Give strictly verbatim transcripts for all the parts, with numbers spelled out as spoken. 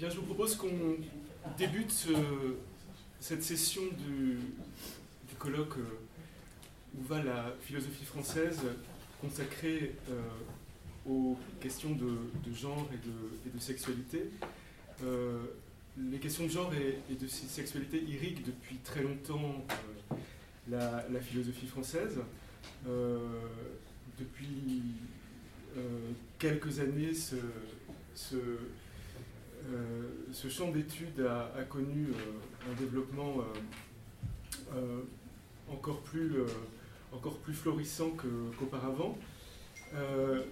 Bien, je vous propose qu'on débute euh, cette session du, du colloque euh, Où va la philosophie française, consacrée euh, aux questions de, de genre et de, et de sexualité. Euh, les questions de genre et, et de sexualité irriguent depuis très longtemps euh, la, la philosophie française. Euh, depuis euh, quelques années, ce, ce, euh, ce champ d'études a, a connu euh, un développement euh, euh, encore, plus, euh, encore plus florissant que, qu'auparavant. Euh,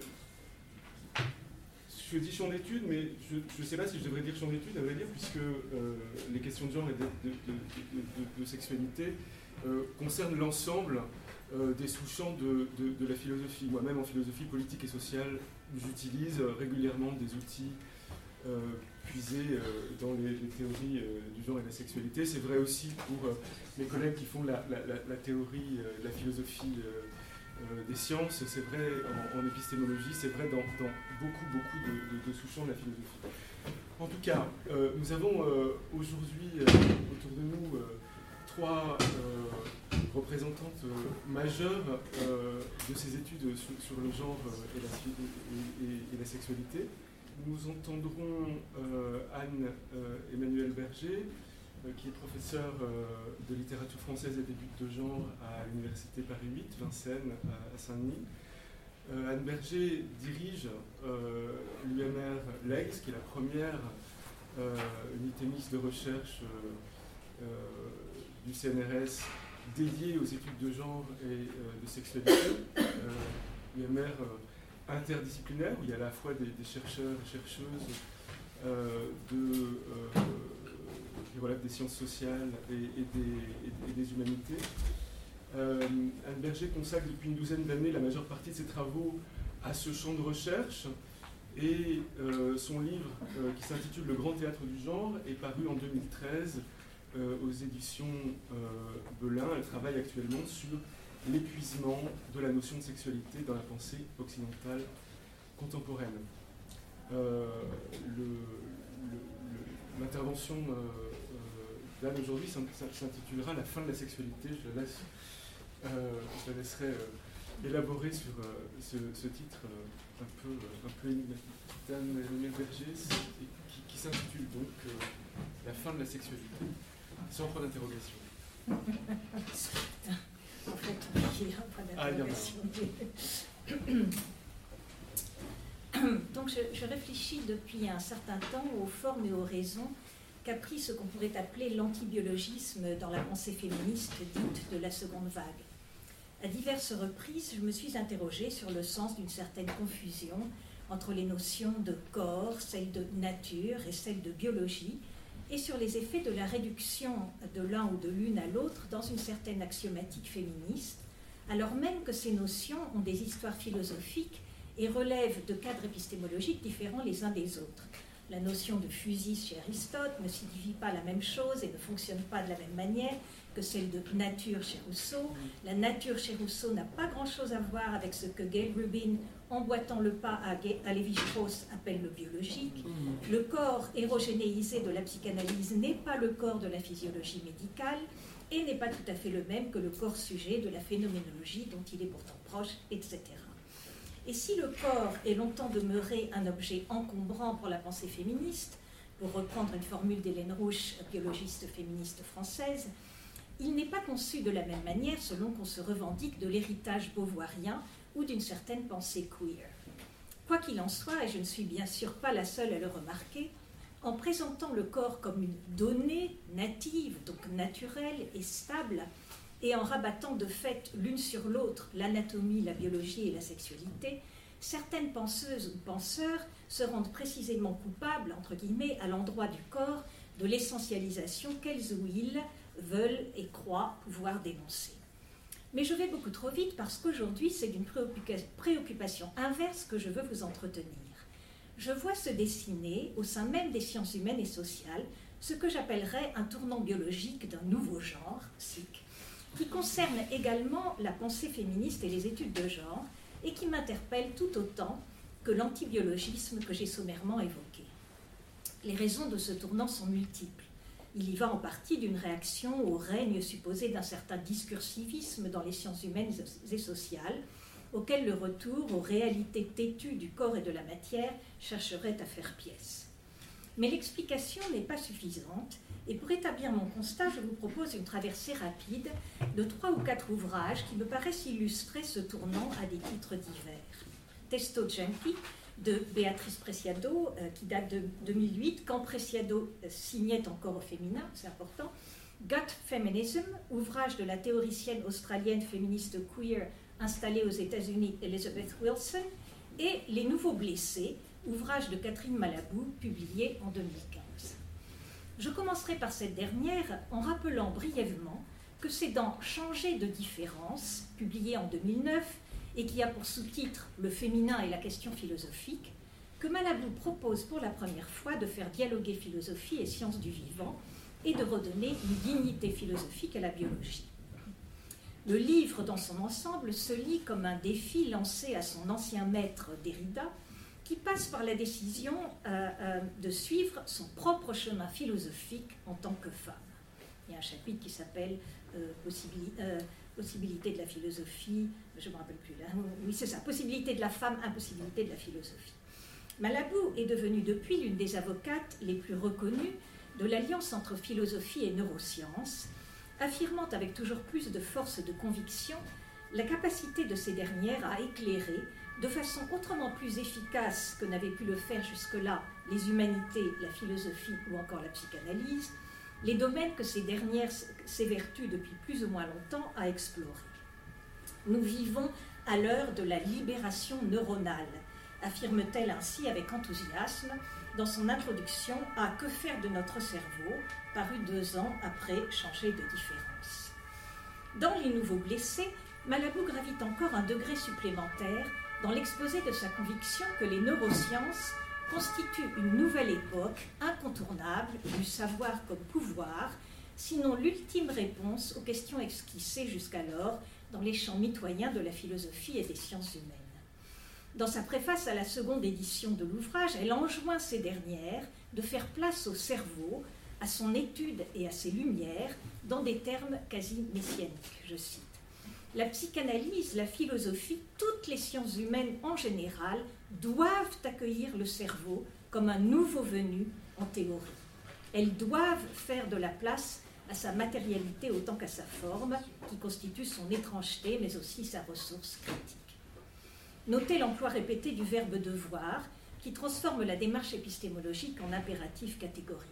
je dis champ d'études, mais je ne sais pas si je devrais dire champ d'études, à vrai dire, puisque euh, les questions de genre et de, de, de, de, de sexualité euh, concernent l'ensemble euh, des sous-champs de, de, de la philosophie. Moi-même, en philosophie politique et sociale, j'utilise régulièrement des outils euh, puisés euh, dans les, les théories euh, du genre et de la sexualité. C'est vrai aussi pour euh, mes collègues qui font la, la, la, la théorie, euh, la philosophie euh, Euh, des sciences, c'est vrai en, en épistémologie, c'est vrai dans, dans beaucoup, beaucoup de, de, de sous-champs de la philosophie. En tout cas, euh, nous avons euh, aujourd'hui euh, autour de nous euh, trois euh, représentantes euh, majeures euh, de ces études sur, sur le genre euh, et, la, et, et, et la sexualité. Nous entendrons euh, Anne-Emmanuelle euh, Berger, qui est professeur de littérature française et d'études de genre à l'université Paris huit, Vincennes, à Saint-Denis. Euh, Anne Berger dirige euh, l'U M R L'Aigle, qui est la première euh, unité mixte de recherche euh, euh, du C N R S dédiée aux études de genre et euh, de sexualité. Euh, U M R euh, interdisciplinaire, où il y a à la fois des, des chercheurs et chercheuses euh, de... Euh, Voilà, des sciences sociales et, et, des, et, et des humanités. Euh, Anne Berger consacre depuis une douzaine d'années la majeure partie de ses travaux à ce champ de recherche et euh, son livre euh, qui s'intitule Le Grand Théâtre du Genre est paru en deux mille treize euh, aux éditions euh, Belin. Elle travaille actuellement sur l'épuisement de la notion de sexualité dans la pensée occidentale contemporaine. Euh, le, le, le, l'intervention euh, d'Anne aujourd'hui s'intitulera La fin de la sexualité. Je la, laisse, euh, je la laisserai euh, élaborer sur euh, ce, ce titre euh, un peu, euh, un peu énigmatique d'Anne-Emmanuelle Berger, qui, qui s'intitule donc euh, La fin de la sexualité, sans point d'interrogation. En fait, il y a un point d'interrogation. Ah, donc je, je réfléchis depuis un certain temps aux formes et aux raisons qu'a pris ce qu'on pourrait appeler l'antibiologisme dans la pensée féministe dite de la seconde vague. À diverses reprises, je me suis interrogée sur le sens d'une certaine confusion entre les notions de corps, celles de nature et celles de biologie, et sur les effets de la réduction de l'un ou de l'une à l'autre dans une certaine axiomatique féministe, alors même que ces notions ont des histoires philosophiques et relèvent de cadres épistémologiques différents les uns des autres. La notion de physis chez Aristote ne signifie pas la même chose et ne fonctionne pas de la même manière que celle de nature chez Rousseau. La nature chez Rousseau n'a pas grand-chose à voir avec ce que Gail Rubin, emboîtant le pas à, à Lévi-Strauss, appelle le biologique. Le corps érogénéisé de la psychanalyse n'est pas le corps de la physiologie médicale et n'est pas tout à fait le même que le corps sujet de la phénoménologie dont il est pourtant proche, et cetera. Et si le corps est longtemps demeuré un objet encombrant pour la pensée féministe, pour reprendre une formule d'Hélène Rouch, biologiste féministe française, il n'est pas conçu de la même manière selon qu'on se revendique de l'héritage beauvoirien ou d'une certaine pensée queer. Quoi qu'il en soit, et je ne suis bien sûr pas la seule à le remarquer, en présentant le corps comme une donnée native, donc naturelle et stable, et en rabattant de fait l'une sur l'autre l'anatomie, la biologie et la sexualité, certaines penseuses ou penseurs se rendent précisément coupables, entre guillemets, à l'endroit du corps, de l'essentialisation qu'elles ou ils veulent et croient pouvoir dénoncer. Mais je vais beaucoup trop vite parce qu'aujourd'hui, c'est d'une préoccupation inverse que je veux vous entretenir. Je vois se dessiner, au sein même des sciences humaines et sociales, ce que j'appellerais un tournant biologique d'un nouveau genre, psych, qui concerne également la pensée féministe et les études de genre, et qui m'interpelle tout autant que l'antibiologisme que j'ai sommairement évoqué. Les raisons de ce tournant sont multiples. Il y va en partie d'une réaction au règne supposé d'un certain discursivisme dans les sciences humaines et sociales, auquel le retour aux réalités têtues du corps et de la matière chercherait à faire pièce. Mais l'explication n'est pas suffisante, et pour établir mon constat, je vous propose une traversée rapide de trois ou quatre ouvrages qui me paraissent illustrer ce tournant à des titres divers. Testo Gentil, de Béatrice Preciado, euh, qui date de deux mille huit, quand Preciado signait encore au féminin, c'est important. Gut Feminism, ouvrage de la théoricienne australienne féministe queer installée aux États-Unis Elizabeth Wilson, et Les Nouveaux Blessés, ouvrage de Catherine Malabou, publié en deux mille quinze. Je commencerai par cette dernière en rappelant brièvement que c'est dans Changer de différence, publié en deux mille neuf, et qui a pour sous-titre « Le féminin et la question philosophique », que Malabou propose pour la première fois de faire dialoguer philosophie et sciences du vivant et de redonner une dignité philosophique à la biologie. Le livre dans son ensemble se lit comme un défi lancé à son ancien maître Derrida, qui passe par la décision euh, euh, de suivre son propre chemin philosophique en tant que femme. Il y a un chapitre qui s'appelle euh, possibili- euh, Possibilité de la philosophie, je ne me rappelle plus là, oui c'est ça, Possibilité de la femme, impossibilité de la philosophie. Malabou est devenue depuis l'une des avocates les plus reconnues de l'alliance entre philosophie et neurosciences, affirmant avec toujours plus de force et de conviction la capacité de ces dernières à éclairer, de façon autrement plus efficace que n'avaient pu le faire jusque-là les humanités, la philosophie ou encore la psychanalyse, les domaines que ces dernières s'évertuent depuis plus ou moins longtemps à explorer. Nous vivons à l'heure de la libération neuronale, affirme-t-elle ainsi avec enthousiasme dans son introduction à Que faire de notre cerveau, paru deux ans après Changer de différence. Dans Les Nouveaux Blessés, Malabou gravite encore un degré supplémentaire dans l'exposé de sa conviction que les neurosciences constituent une nouvelle époque incontournable du savoir comme pouvoir, sinon l'ultime réponse aux questions esquissées jusqu'alors dans les champs mitoyens de la philosophie et des sciences humaines. Dans sa préface à la seconde édition de l'ouvrage, elle enjoint ces dernières de faire place au cerveau, à son étude et à ses lumières, dans des termes quasi messianiques, je cite. La psychanalyse, la philosophie, toutes les sciences humaines en général doivent accueillir le cerveau comme un nouveau venu en théorie. Elles doivent faire de la place à sa matérialité autant qu'à sa forme, qui constitue son étrangeté, mais aussi sa ressource critique. Notez l'emploi répété du verbe devoir, qui transforme la démarche épistémologique en impératif catégorique.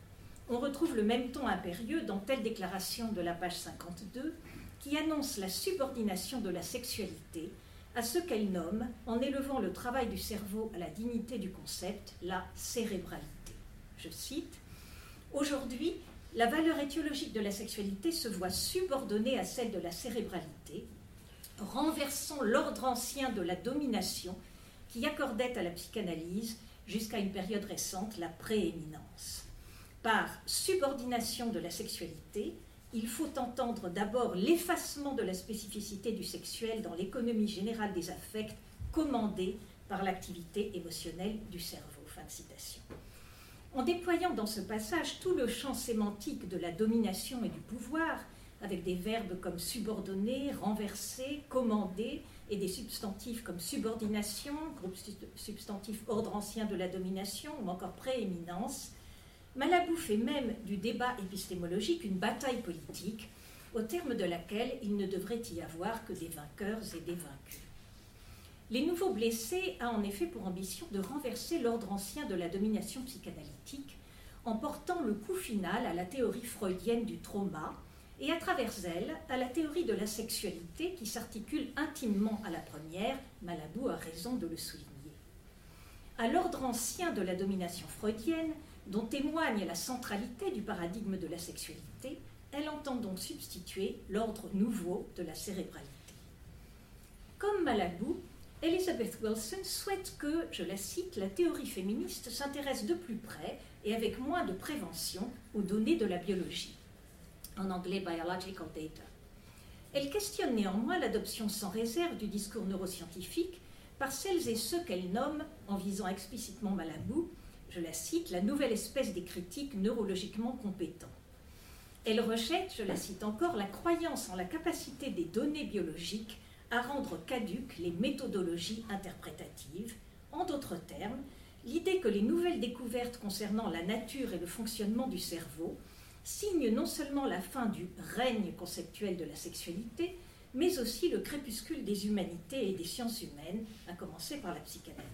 On retrouve le même ton impérieux dans telle déclaration de la page cinquante-deux, qui annonce la subordination de la sexualité à ce qu'elle nomme, en élevant le travail du cerveau à la dignité du concept, la cérébralité. Je cite, « Aujourd'hui, la valeur étiologique de la sexualité se voit subordonnée à celle de la cérébralité, renversant l'ordre ancien de la domination qui accordait à la psychanalyse, jusqu'à une période récente, la prééminence. Par subordination de la sexualité, il faut entendre d'abord l'effacement de la spécificité du sexuel dans l'économie générale des affects commandée par l'activité émotionnelle du cerveau. » Fin de citation. En déployant dans ce passage tout le champ sémantique de la domination et du pouvoir, avec des verbes comme subordonner, renverser, commander, et des substantifs comme subordination, groupe substantif ordre ancien de la domination, ou encore prééminence, Malabou fait même du débat épistémologique une bataille politique, au terme de laquelle il ne devrait y avoir que des vainqueurs et des vaincus. Les Nouveaux Blessés a en effet pour ambition de renverser l'ordre ancien de la domination psychanalytique en portant le coup final à la théorie freudienne du trauma et à travers elle à la théorie de la sexualité qui s'articule intimement à la première, Malabou a raison de le souligner. À l'ordre ancien de la domination freudienne, dont témoigne la centralité du paradigme de la sexualité, elle entend donc substituer l'ordre nouveau de la cérébralité. Comme Malabou, Elizabeth Wilson souhaite que, je la cite, la théorie féministe s'intéresse de plus près et avec moins de prévention aux données de la biologie, en anglais biological data. Elle questionne néanmoins l'adoption sans réserve du discours neuroscientifique par celles et ceux qu'elle nomme, en visant explicitement Malabou, je la cite, la nouvelle espèce des critiques neurologiquement compétents. Elle rejette, je la cite encore, la croyance en la capacité des données biologiques à rendre caduques les méthodologies interprétatives. En d'autres termes, l'idée que les nouvelles découvertes concernant la nature et le fonctionnement du cerveau signent non seulement la fin du règne conceptuel de la sexualité, mais aussi le crépuscule des humanités et des sciences humaines, à commencer par la psychanalyse.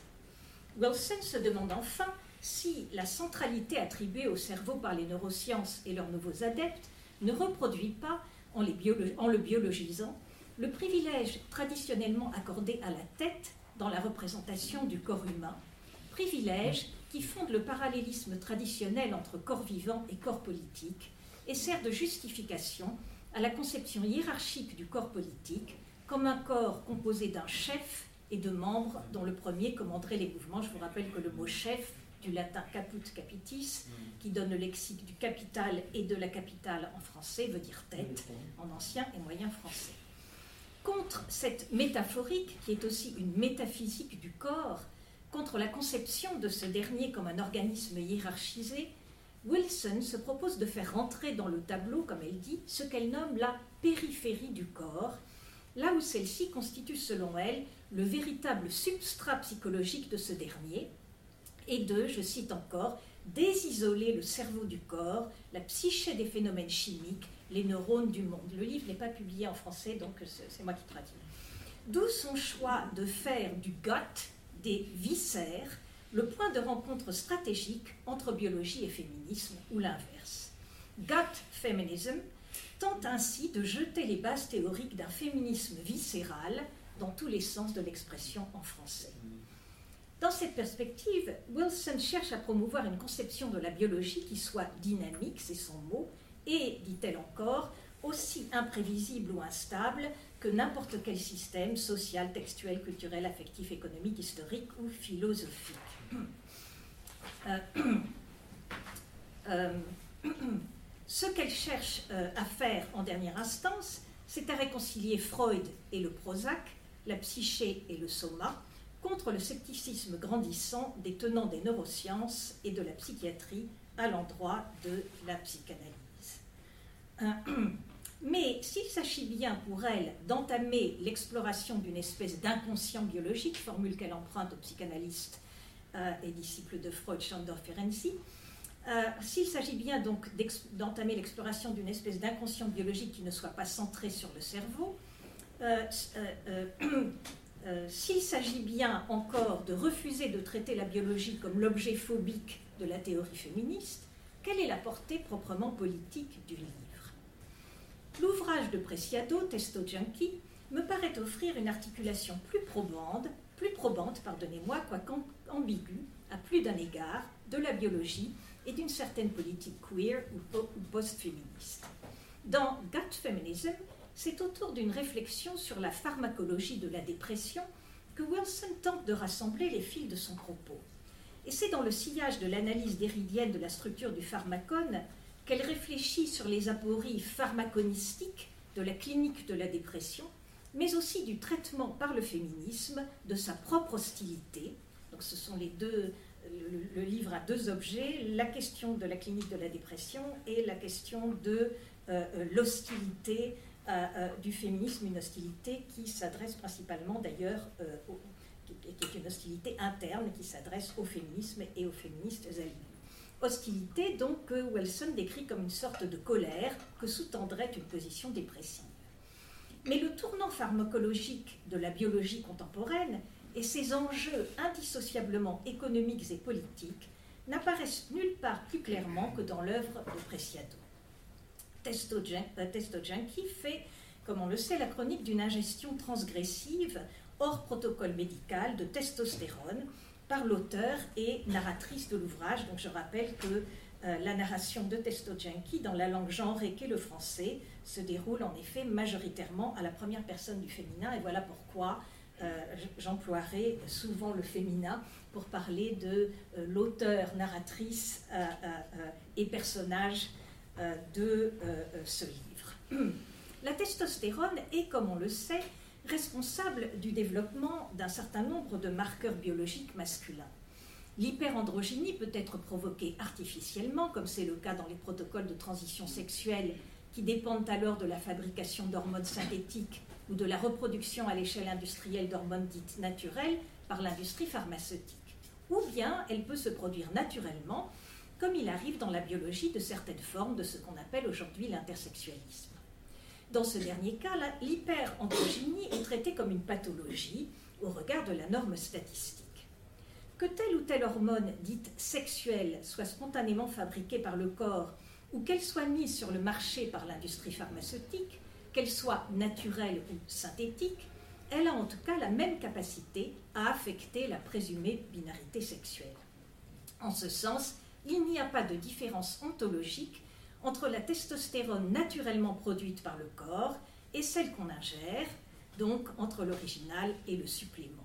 Wilson se demande enfin si la centralité attribuée au cerveau par les neurosciences et leurs nouveaux adeptes ne reproduit pas, en, les biolo- en le biologisant, le privilège traditionnellement accordé à la tête dans la représentation du corps humain, privilège qui fonde le parallélisme traditionnel entre corps vivant et corps politique et sert de justification à la conception hiérarchique du corps politique comme un corps composé d'un chef et de membres dont le premier commanderait les mouvements. Je vous rappelle que le mot chef, du latin caput capitis, qui donne le lexique du capital et de la capitale en français, veut dire tête, en ancien et moyen français. Contre cette métaphorique, qui est aussi une métaphysique du corps, contre la conception de ce dernier comme un organisme hiérarchisé, Wilson se propose de faire rentrer dans le tableau, comme elle dit, ce qu'elle nomme la périphérie du corps, là où celle-ci constitue, selon elle, le véritable substrat psychologique de ce dernier, et de, je cite encore, désisoler le cerveau du corps, la psyché des phénomènes chimiques, les neurones du monde. Le livre n'est pas publié en français, donc c'est moi qui traduis. D'où son choix de faire du gut, des viscères, le point de rencontre stratégique entre biologie et féminisme, ou l'inverse. Gut feminism tente ainsi de jeter les bases théoriques d'un féminisme viscéral dans tous les sens de l'expression en français. Dans cette perspective, Wilson cherche à promouvoir une conception de la biologie qui soit dynamique, c'est son mot, et, dit-elle encore, aussi imprévisible ou instable que n'importe quel système social, textuel, culturel, affectif, économique, historique ou philosophique. Euh, euh, ce qu'elle cherche euh, à faire en dernière instance, c'est à réconcilier Freud et le Prozac, la psyché et le soma, contre le scepticisme grandissant des tenants des neurosciences et de la psychiatrie à l'endroit de la psychanalyse. Euh, mais s'il s'agit bien pour elle d'entamer l'exploration d'une espèce d'inconscient biologique, formule qu'elle emprunte aux psychanalystes euh, et disciples de Freud, Schandorf et Renzi, euh, s'il s'agit bien donc d'entamer l'exploration d'une espèce d'inconscient biologique qui ne soit pas centré sur le cerveau, euh, euh, euh, Euh, s'il s'agit bien encore de refuser de traiter la biologie comme l'objet phobique de la théorie féministe, quelle est la portée proprement politique du livre ? L'ouvrage de Preciado, Testo Junkie, me paraît offrir une articulation plus probante, plus probante, pardonnez-moi, quoique ambiguë, à plus d'un égard, de la biologie et d'une certaine politique queer ou, ou post-féministe. Dans Gut Feminism, c'est autour d'une réflexion sur la pharmacologie de la dépression que Wilson tente de rassembler les fils de son propos. Et c'est dans le sillage de l'analyse déridienne de la structure du pharmacone qu'elle réfléchit sur les apories pharmaconistiques de la clinique de la dépression, mais aussi du traitement par le féminisme de sa propre hostilité. Donc ce sont les deux, le, le livre a deux objets, la question de la clinique de la dépression et la question de euh, l'hostilité Euh, euh, du féminisme, une hostilité qui s'adresse principalement d'ailleurs, euh, au, qui, qui est une hostilité interne qui s'adresse au féminisme et aux féministes elles-mêmes. Hostilité donc que Wilson décrit comme une sorte de colère que sous-tendrait une position dépressive. Mais le tournant pharmacologique de la biologie contemporaine et ses enjeux indissociablement économiques et politiques n'apparaissent nulle part plus clairement que dans l'œuvre de Preciado. Testo Junkie fait, comme on le sait, la chronique d'une ingestion transgressive, hors protocole médical, de testostérone par l'auteur et narratrice de l'ouvrage. Donc je rappelle que euh, la narration de Testo Junkie, dans la langue genrée qu'est le français, se déroule en effet majoritairement à la première personne du féminin, et voilà pourquoi euh, j'emploierai souvent le féminin pour parler de euh, l'auteur, narratrice euh, euh, et personnage de euh, ce livre. La testostérone est, comme on le sait, responsable du développement d'un certain nombre de marqueurs biologiques masculins. L'hyperandrogynie peut être provoquée artificiellement, comme c'est le cas dans les protocoles de transition sexuelle qui dépendent alors de la fabrication d'hormones synthétiques ou de la reproduction à l'échelle industrielle d'hormones dites naturelles par l'industrie pharmaceutique. Ou bien elle peut se produire naturellement, comme il arrive dans la biologie de certaines formes de ce qu'on appelle aujourd'hui l'intersexualisme. Dans ce dernier cas, l'hyperandrogynie est traitée comme une pathologie au regard de la norme statistique. Que telle ou telle hormone dite sexuelle soit spontanément fabriquée par le corps ou qu'elle soit mise sur le marché par l'industrie pharmaceutique, qu'elle soit naturelle ou synthétique, elle a en tout cas la même capacité à affecter la présumée binarité sexuelle. En ce sens, il n'y a pas de différence ontologique entre la testostérone naturellement produite par le corps et celle qu'on ingère, donc entre l'original et le supplément.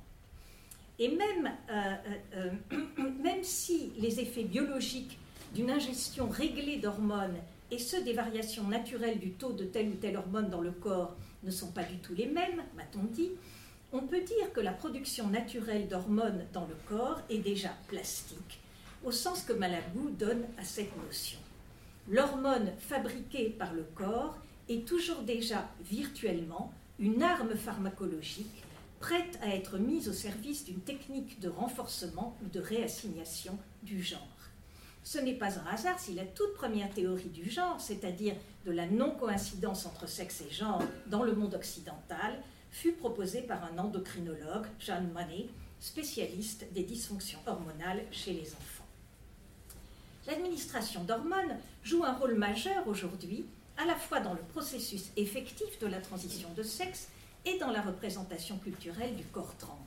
Et même, euh, euh, euh, même si les effets biologiques d'une ingestion réglée d'hormones et ceux des variations naturelles du taux de telle ou telle hormone dans le corps ne sont pas du tout les mêmes, m'a-t-on dit, on peut dire que la production naturelle d'hormones dans le corps est déjà plastique, au sens que Malabou donne à cette notion. L'hormone fabriquée par le corps est toujours déjà virtuellement une arme pharmacologique prête à être mise au service d'une technique de renforcement ou de réassignation du genre. Ce n'est pas un hasard si la toute première théorie du genre, c'est-à-dire de la non-coïncidence entre sexe et genre dans le monde occidental, fut proposée par un endocrinologue, John Money, spécialiste des dysfonctions hormonales chez les enfants. L'administration d'hormones joue un rôle majeur aujourd'hui, à la fois dans le processus effectif de la transition de sexe et dans la représentation culturelle du corps trans.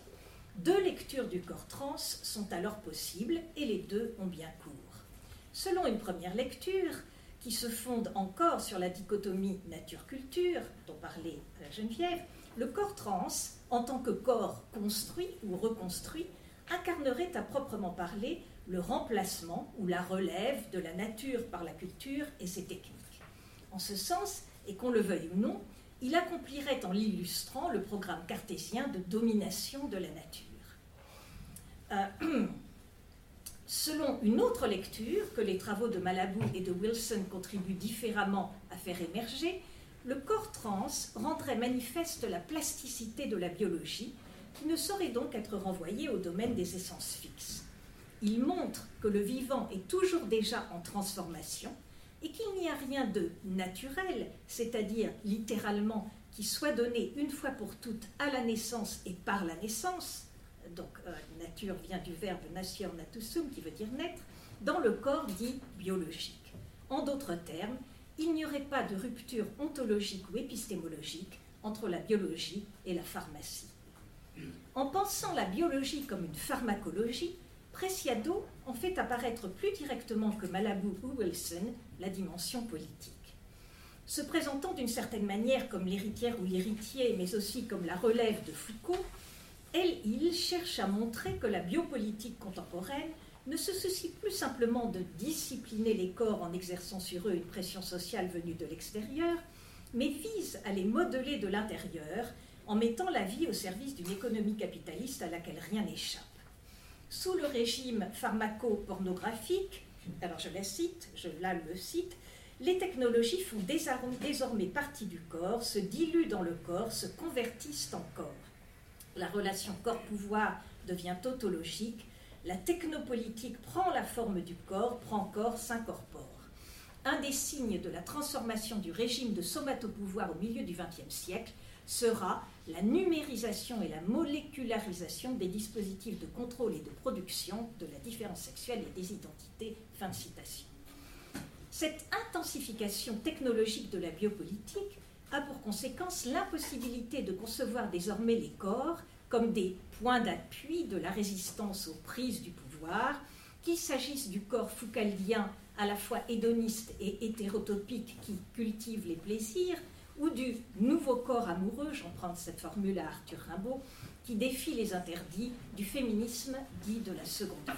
Deux lectures du corps trans sont alors possibles et les deux ont bien cours. Selon une première lecture, qui se fonde encore sur la dichotomie nature-culture, dont parlait Geneviève, le corps trans, en tant que corps construit ou reconstruit, incarnerait à proprement parler le remplacement ou la relève de la nature par la culture et ses techniques. En ce sens, et qu'on le veuille ou non, il accomplirait en l'illustrant le programme cartésien de domination de la nature. Euh, selon une autre lecture, que les travaux de Malabou et de Wilson contribuent différemment à faire émerger, le corps trans rendrait manifeste la plasticité de la biologie, qui ne saurait donc être renvoyée au domaine des essences fixes. Il montre que le vivant est toujours déjà en transformation, et qu'il n'y a rien de naturel, c'est-à-dire littéralement qui soit donné une fois pour toutes à la naissance et par la naissance, donc euh, nature vient du verbe nascior natusum qui veut dire naître, dans le corps dit biologique. En d'autres termes, il n'y aurait pas de rupture ontologique ou épistémologique entre la biologie et la pharmacie. En pensant la biologie comme une pharmacologie, Preciado en fait apparaître plus directement que Malabou ou Wilson la dimension politique. Se présentant d'une certaine manière comme l'héritière ou l'héritier, mais aussi comme la relève de Foucault, elle, il cherche à montrer que la biopolitique contemporaine ne se soucie plus simplement de discipliner les corps en exerçant sur eux une pression sociale venue de l'extérieur, mais vise à les modeler de l'intérieur en mettant la vie au service d'une économie capitaliste à laquelle rien n'échappe. Sous le régime pharmaco-pornographique, alors je la cite, je la le cite, les technologies font désormais partie du corps, se diluent dans le corps, se convertissent en corps. La relation corps-pouvoir devient tautologique, la technopolitique prend la forme du corps, prend corps, s'incorpore. Un des signes de la transformation du régime de somatopouvoir au milieu du vingtième siècle sera la numérisation et la molécularisation des dispositifs de contrôle et de production de la différence sexuelle et des identités. Fin de citation. Cette intensification technologique de la biopolitique a pour conséquence l'impossibilité de concevoir désormais les corps comme des points d'appui de la résistance aux prises du pouvoir, qu'il s'agisse du corps foucaldien à la fois hédoniste et hétérotopique qui cultive les plaisirs, ou du nouveau corps amoureux, j'emprunte cette formule à Arthur Rimbaud, qui défie les interdits du féminisme dit de la seconde vague.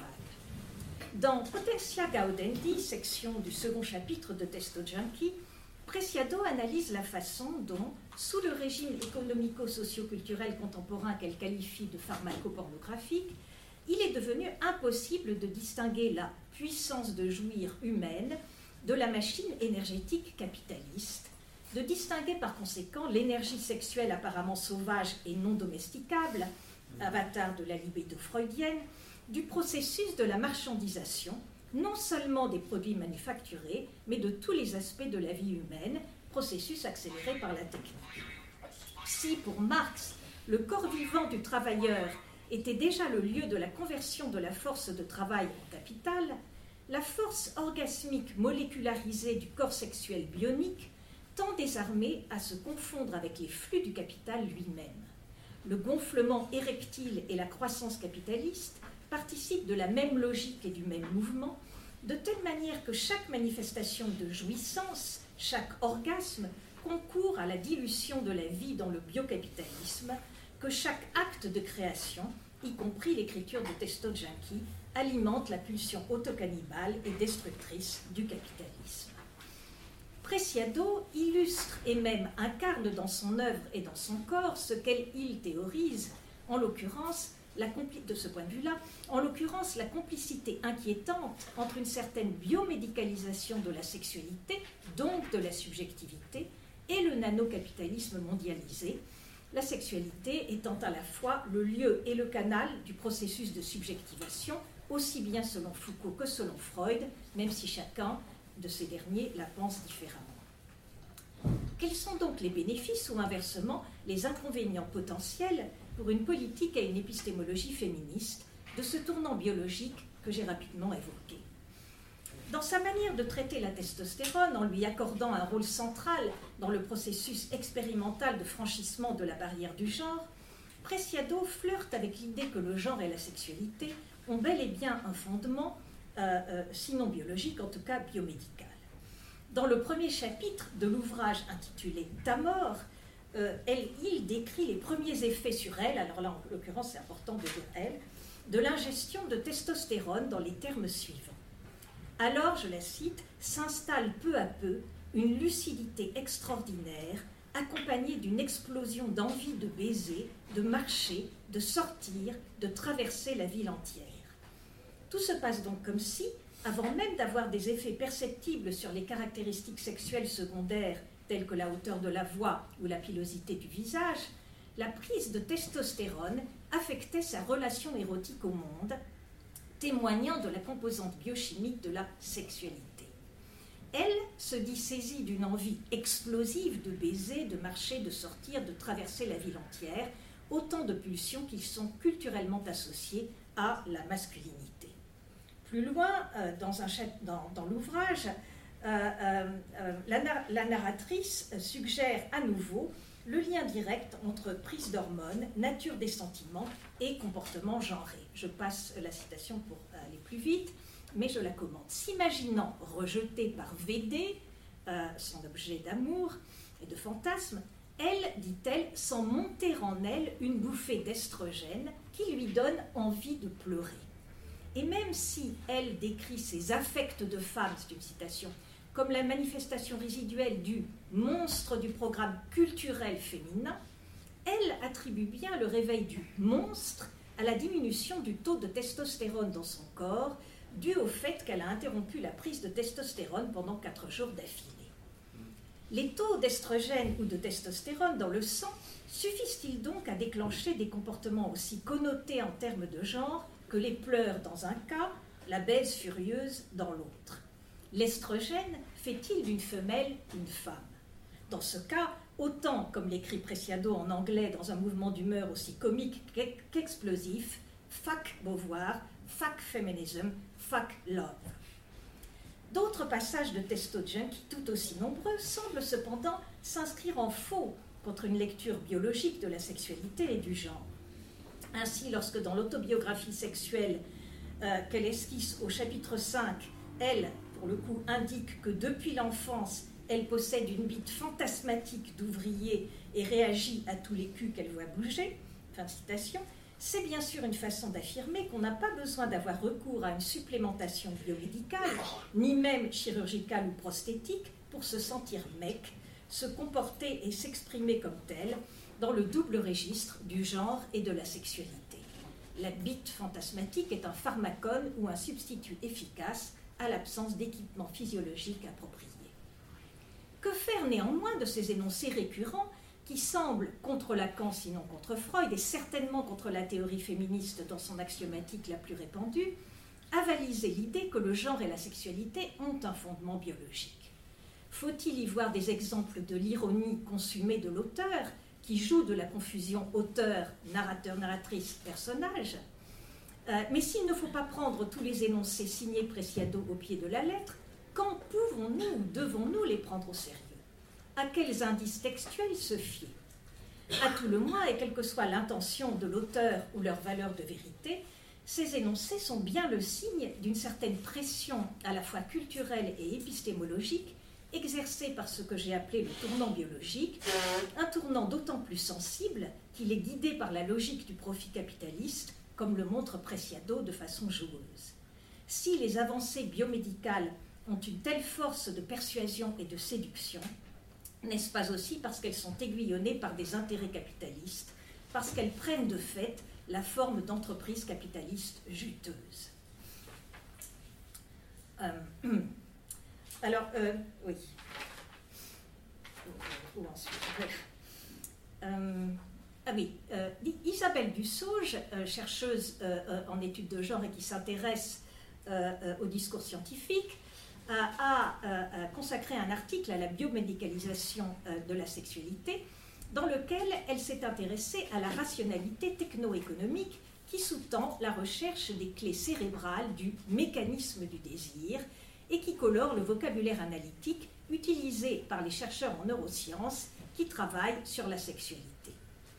Dans Potentia Gaudendi, section du second chapitre de Testo Junkie, Preciado analyse la façon dont, sous le régime économico-socio-culturel contemporain qu'elle qualifie de pharmacopornographique, il est devenu impossible de distinguer la puissance de jouir humaine de la machine énergétique capitaliste, de distinguer par conséquent l'énergie sexuelle apparemment sauvage et non domesticable, avatar de la libido freudienne, du processus de la marchandisation, non seulement des produits manufacturés, mais de tous les aspects de la vie humaine, processus accéléré par la technique. Si, pour Marx, le corps vivant du travailleur était déjà le lieu de la conversion de la force de travail en capital, la force orgasmique molécularisée du corps sexuel bionique tend désormais à se confondre avec les flux du capital lui-même. Le gonflement érectile et la croissance capitaliste participent de la même logique et du même mouvement, de telle manière que chaque manifestation de jouissance, chaque orgasme, concourt à la dilution de la vie dans le biocapitalisme, que chaque acte de création, y compris l'écriture de Testo Junkie, alimente la pulsion autocannibale et destructrice du capitalisme. Preciado illustre et même incarne dans son œuvre et dans son corps ce qu'elle théorise, en l'occurrence, la compli- de ce point de vue-là, en l'occurrence la complicité inquiétante entre une certaine biomédicalisation de la sexualité, donc de la subjectivité, et le nanocapitalisme mondialisé, la sexualité étant à la fois le lieu et le canal du processus de subjectivation, aussi bien selon Foucault que selon Freud, même si chacun de ces derniers la pense différemment. Quels sont donc les bénéfices ou inversement les inconvénients potentiels pour une politique et une épistémologie féministe de ce tournant biologique que j'ai rapidement évoqué? Dans sa manière de traiter la testostérone, en lui accordant un rôle central dans le processus expérimental de franchissement de la barrière du genre, Preciado flirte avec l'idée que le genre et la sexualité ont bel et bien un fondement, euh, euh, sinon biologique, en tout cas biomédical. Dans le premier chapitre de l'ouvrage intitulé « Ta mort », euh, elle, il décrit les premiers effets sur elle, alors là en l'occurrence c'est important de dire elle, de l'ingestion de testostérone dans les termes suivants. Alors, je la cite, s'installe peu à peu une lucidité extraordinaire, accompagnée d'une explosion d'envie de baiser, de marcher, de sortir, de traverser la ville entière. Tout se passe donc comme si, avant même d'avoir des effets perceptibles sur les caractéristiques sexuelles secondaires, telles que la hauteur de la voix ou la pilosité du visage, la prise de testostérone affectait sa relation érotique au monde, témoignant de la composante biochimique de la sexualité. Elle se dit saisie d'une envie explosive de baiser, de marcher, de sortir, de traverser la ville entière, autant de pulsions qui sont culturellement associées à la masculinité. Plus loin, euh, dans, un chap- dans, dans l'ouvrage, euh, euh, euh, la, nar- la narratrice suggère à nouveau le lien direct entre prise d'hormones, nature des sentiments et comportement genré. Je passe la citation pour aller plus vite, mais je la commente. S'imaginant rejetée par Védé, euh, son objet d'amour et de fantasme, elle, dit-elle, sent monter en elle une bouffée d'estrogène qui lui donne envie de pleurer. Et même si elle décrit ses affects de femme, c'est une citation, comme la manifestation résiduelle du monstre du programme culturel féminin, elle attribue bien le réveil du monstre à la diminution du taux de testostérone dans son corps, dû au fait qu'elle a interrompu la prise de testostérone pendant quatre jours d'affilée. Les taux d'estrogène ou de testostérone dans le sang suffisent-ils donc à déclencher des comportements aussi connotés en termes de genre que les pleurs dans un cas, la baise furieuse dans l'autre? L'estrogène fait-il d'une femelle une femme? Dans ce cas, autant, comme l'écrit Preciado en anglais dans un mouvement d'humeur aussi comique qu'explosif, fuck Beauvoir, fuck feminism, fuck love. D'autres passages de Testo Junkie, tout aussi nombreux, semblent cependant s'inscrire en faux contre une lecture biologique de la sexualité et du genre. Ainsi, lorsque dans l'autobiographie sexuelle euh, qu'elle esquisse au chapitre cinq, elle, pour le coup, indique que depuis l'enfance, elle possède une bite fantasmatique d'ouvrier et réagit à tous les culs qu'elle voit bouger, fin de citation, c'est bien sûr une façon d'affirmer qu'on n'a pas besoin d'avoir recours à une supplémentation biomédicale, ni même chirurgicale ou prosthétique, pour se sentir mec, se comporter et s'exprimer comme tel, dans le double registre du genre et de la sexualité. La bite fantasmatique est un pharmacone ou un substitut efficace à l'absence d'équipement physiologique approprié. Que faire néanmoins de ces énoncés récurrents qui semblent, contre Lacan sinon contre Freud, et certainement contre la théorie féministe dans son axiomatique la plus répandue, avaliser l'idée que le genre et la sexualité ont un fondement biologique? Faut-il y voir des exemples de l'ironie consumée de l'auteur, qui joue de la confusion auteur, narrateur, narratrice, personnage? euh, Mais s'il ne faut pas prendre tous les énoncés signés Preciado au pied de la lettre, quand pouvons-nous ou devons-nous les prendre au sérieux? À quels indices textuels se fier? À tout le moins, et quelle que soit l'intention de l'auteur ou leur valeur de vérité, ces énoncés sont bien le signe d'une certaine pression à la fois culturelle et épistémologique exercée par ce que j'ai appelé le tournant biologique, un tournant d'autant plus sensible qu'il est guidé par la logique du profit capitaliste, comme le montre Preciado de façon joueuse. Si les avancées biomédicales ont une telle force de persuasion et de séduction, n'est-ce pas aussi parce qu'elles sont aiguillonnées par des intérêts capitalistes, parce qu'elles prennent de fait la forme d'entreprises capitalistes juteuses? euh, Alors, euh, oui. Où ensuite euh, Ah oui, euh, Isabelle Dussauge, euh, chercheuse euh, en études de genre et qui s'intéresse euh, euh, au discours scientifique, a, a, a consacré un article à la biomédicalisation euh, de la sexualité, dans lequel elle s'est intéressée à la rationalité techno-économique qui sous-tend la recherche des clés cérébrales du mécanisme du désir et qui colore le vocabulaire analytique utilisé par les chercheurs en neurosciences qui travaillent sur la sexualité.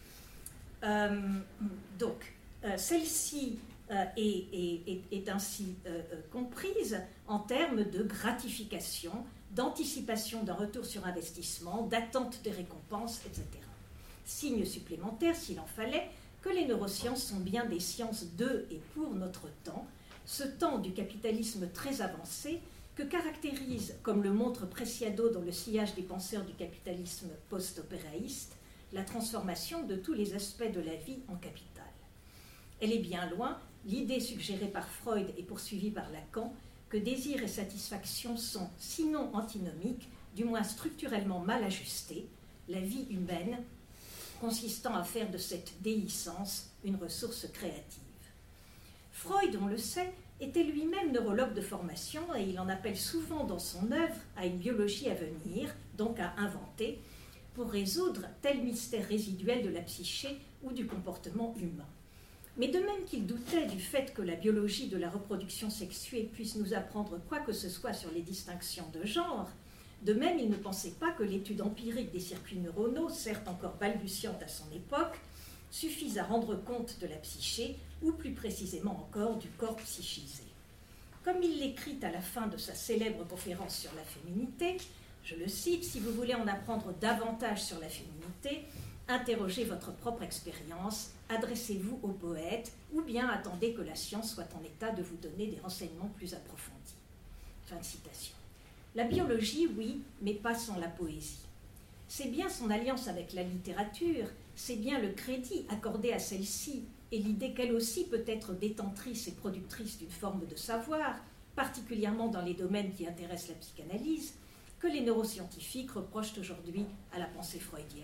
Euh, donc, euh, celle-ci euh, est, est, est ainsi euh, comprise en termes de gratification, d'anticipation d'un retour sur investissement, d'attente des récompenses, et cetera. Signe supplémentaire, s'il en fallait, que les neurosciences sont bien des sciences de et pour notre temps, ce temps du capitalisme très avancé que caractérise, comme le montre Preciado dans le sillage des penseurs du capitalisme post-opéraïste, la transformation de tous les aspects de la vie en capital. Elle est bien loin, l'idée suggérée par Freud et poursuivie par Lacan, que désir et satisfaction sont, sinon antinomiques, du moins structurellement mal ajustés, la vie humaine consistant à faire de cette déhiscence une ressource créative. Freud, on le sait, était lui-même neurologue de formation et il en appelle souvent dans son œuvre à une biologie à venir, donc à inventer, pour résoudre tel mystère résiduel de la psyché ou du comportement humain. Mais de même qu'il doutait du fait que la biologie de la reproduction sexuée puisse nous apprendre quoi que ce soit sur les distinctions de genre, de même il ne pensait pas que l'étude empirique des circuits neuronaux, certes encore balbutiante à son époque, suffise à rendre compte de la psyché, ou plus précisément encore du corps psychisé. Comme il l'écrit à la fin de sa célèbre conférence sur la féminité, je le cite, « Si vous voulez en apprendre davantage sur la féminité, interrogez votre propre expérience, adressez-vous aux poètes, ou bien attendez que la science soit en état de vous donner des renseignements plus approfondis. » Fin de citation. La biologie, oui, mais pas sans la poésie. C'est bien son alliance avec la littérature, c'est bien le crédit accordé à celle-ci et l'idée qu'elle aussi peut être détentrice et productrice d'une forme de savoir, particulièrement dans les domaines qui intéressent la psychanalyse, que les neuroscientifiques reprochent aujourd'hui à la pensée freudienne.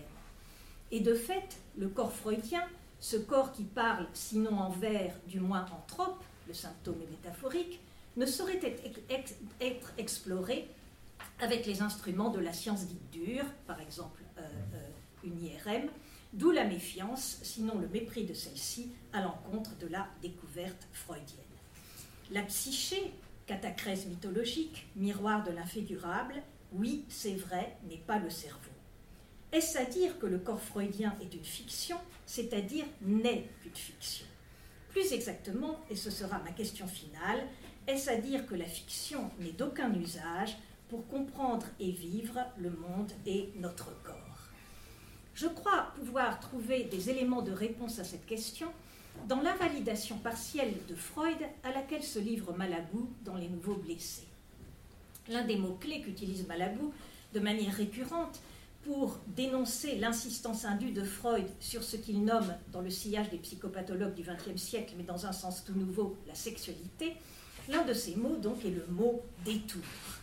Et de fait, le corps freudien, ce corps qui parle, sinon en vers, du moins en trope, le symptôme est métaphorique, ne saurait être, ex- être exploré avec les instruments de la science dite dure, par exemple euh, euh, une I R M, d'où la méfiance, sinon le mépris de celle-ci, à l'encontre de la découverte freudienne. La psyché, catacrèse mythologique, miroir de l'infigurable, oui, c'est vrai, n'est pas le cerveau. Est-ce à dire que le corps freudien est une fiction, c'est-à-dire n'est une fiction? Plus exactement, et ce sera ma question finale, est-ce à dire que la fiction n'est d'aucun usage pour comprendre et vivre le monde et notre corps? Je crois pouvoir trouver des éléments de réponse à cette question dans l'invalidation partielle de Freud à laquelle se livre Malabou dans Les Nouveaux Blessés. L'un des mots-clés qu'utilise Malabou de manière récurrente pour dénoncer l'insistance indue de Freud sur ce qu'il nomme, dans le sillage des psychopathologues du vingtième siècle, mais dans un sens tout nouveau, la sexualité, l'un de ces mots donc est le mot détour.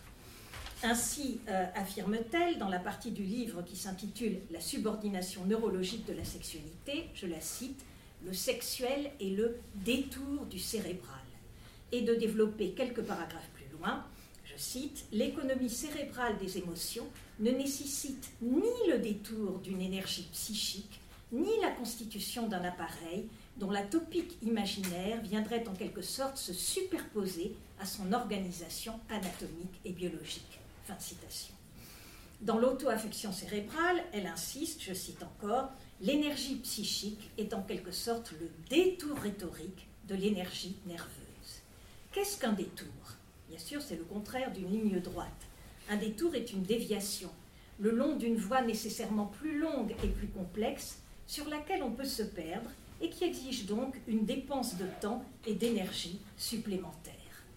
Ainsi euh, affirme-t-elle dans la partie du livre qui s'intitule « La subordination neurologique de la sexualité », je la cite, « Le sexuel est le détour du cérébral », et de développer quelques paragraphes plus loin, je cite, « L'économie cérébrale des émotions ne nécessite ni le détour d'une énergie psychique, ni la constitution d'un appareil dont la topique imaginaire viendrait en quelque sorte se superposer à son organisation anatomique et biologique. » Fin de citation. Dans l'auto-affection cérébrale, elle insiste, je cite encore, « L'énergie psychique est en quelque sorte le détour rhétorique de l'énergie nerveuse. » Qu'est-ce qu'un détour ? Bien sûr, c'est le contraire d'une ligne droite. Un détour est une déviation, le long d'une voie nécessairement plus longue et plus complexe, sur laquelle on peut se perdre et qui exige donc une dépense de temps et d'énergie supplémentaires.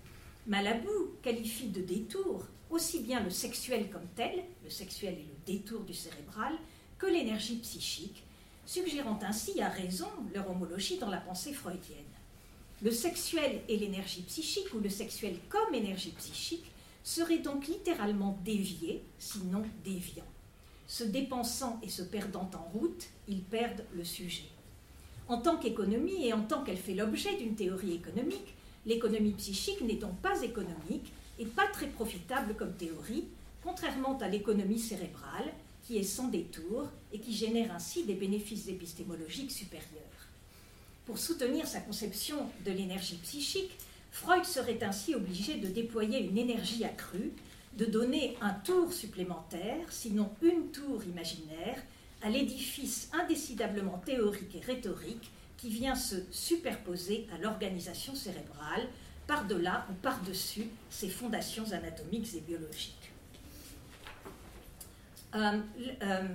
Malabou qualifie de détour aussi bien le sexuel comme tel, le sexuel est le détour du cérébral, que l'énergie psychique, suggérant ainsi à raison leur homologie dans la pensée freudienne. Le sexuel et l'énergie psychique, ou le sexuel comme énergie psychique, seraient donc littéralement déviés, sinon déviants. Se dépensant et se perdant en route, ils perdent le sujet. En tant qu'économie et en tant qu'elle fait l'objet d'une théorie économique, l'économie psychique n'est donc pas économique et pas très profitable comme théorie, contrairement à l'économie cérébrale, qui est sans détour et qui génère ainsi des bénéfices épistémologiques supérieurs. Pour soutenir sa conception de l'énergie psychique, Freud serait ainsi obligé de déployer une énergie accrue, de donner un tour supplémentaire, sinon une tour imaginaire, à l'édifice indécidablement théorique et rhétorique qui vient se superposer à l'organisation cérébrale, par-delà ou par-dessus ses fondations anatomiques et biologiques. Euh, euh,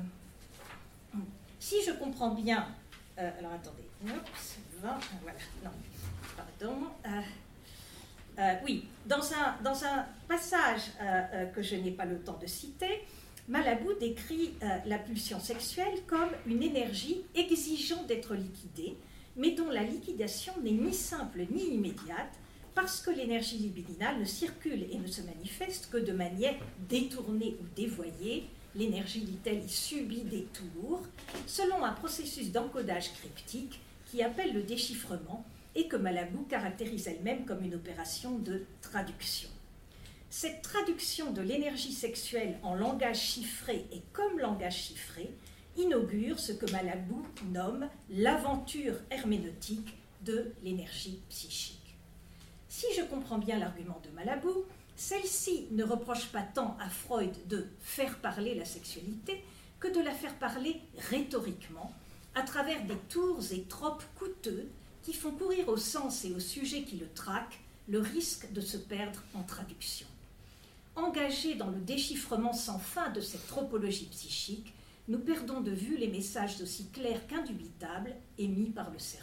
si je comprends bien, euh, alors attendez, oups, vingt, voilà, non, pardon, euh, euh, oui, dans un, dans un passage euh, euh, que je n'ai pas le temps de citer, Malabou décrit euh, la pulsion sexuelle comme une énergie exigeant d'être liquidée, mais dont la liquidation n'est ni simple ni immédiate, parce que l'énergie libidinale ne circule et ne se manifeste que de manière détournée ou dévoyée. L'énergie, dit-elle, y subit des tours, selon un processus d'encodage cryptique qui appelle le déchiffrement et que Malabou caractérise elle-même comme une opération de traduction. Cette traduction de l'énergie sexuelle en langage chiffré et comme langage chiffré inaugure ce que Malabou nomme l'aventure herméneutique de l'énergie psychique. Si je comprends bien l'argument de Malabou, celle-ci ne reproche pas tant à Freud de faire parler la sexualité que de la faire parler rhétoriquement, à travers des tours et tropes coûteux qui font courir au sens et au sujet qui le traquent le risque de se perdre en traduction. Engagés dans le déchiffrement sans fin de cette tropologie psychique, nous perdons de vue les messages aussi clairs qu'indubitables émis par le cerveau.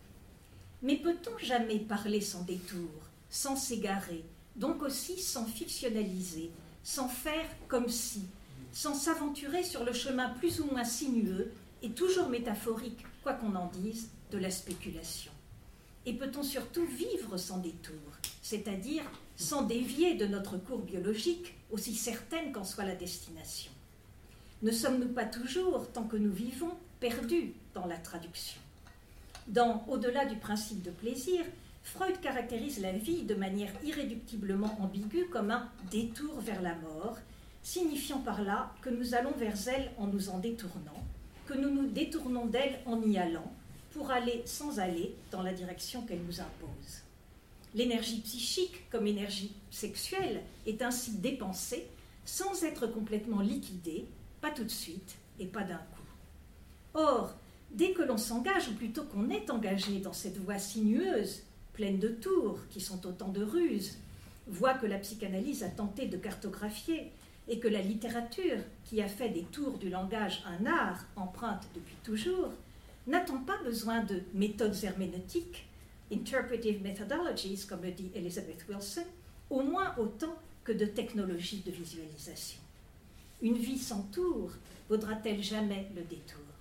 Mais peut-on jamais parler sans détour, sans s'égarer, donc aussi sans fictionnaliser, sans faire comme si, sans s'aventurer sur le chemin plus ou moins sinueux et toujours métaphorique, quoi qu'on en dise, de la spéculation? Et peut-on surtout vivre sans détour, c'est-à-dire sans dévier de notre cours biologique, aussi certaine qu'en soit la destination? Ne sommes-nous pas toujours, tant que nous vivons, perdus dans la traduction? Dans Au-delà du principe de plaisir, Freud caractérise la vie de manière irréductiblement ambiguë comme un détour vers la mort, signifiant par là que nous allons vers elle en nous en détournant, que nous nous détournons d'elle en y allant, pour aller sans aller dans la direction qu'elle nous impose. L'énergie psychique, comme énergie sexuelle, est ainsi dépensée sans être complètement liquidée, pas tout de suite et pas d'un coup. Or, dès que l'on s'engage, ou plutôt qu'on est engagé dans cette voie sinueuse, pleine de tours, qui sont autant de ruses, voie que la psychanalyse a tenté de cartographier, et que la littérature, qui a fait des tours du langage un art, emprunte depuis toujours, n'a-t-on pas besoin de méthodes herméneutiques, interpretive methodologies, comme le dit Elizabeth Wilson, au moins autant que de technologies de visualisation? Une vie sans tour vaudra-t-elle jamais le détour?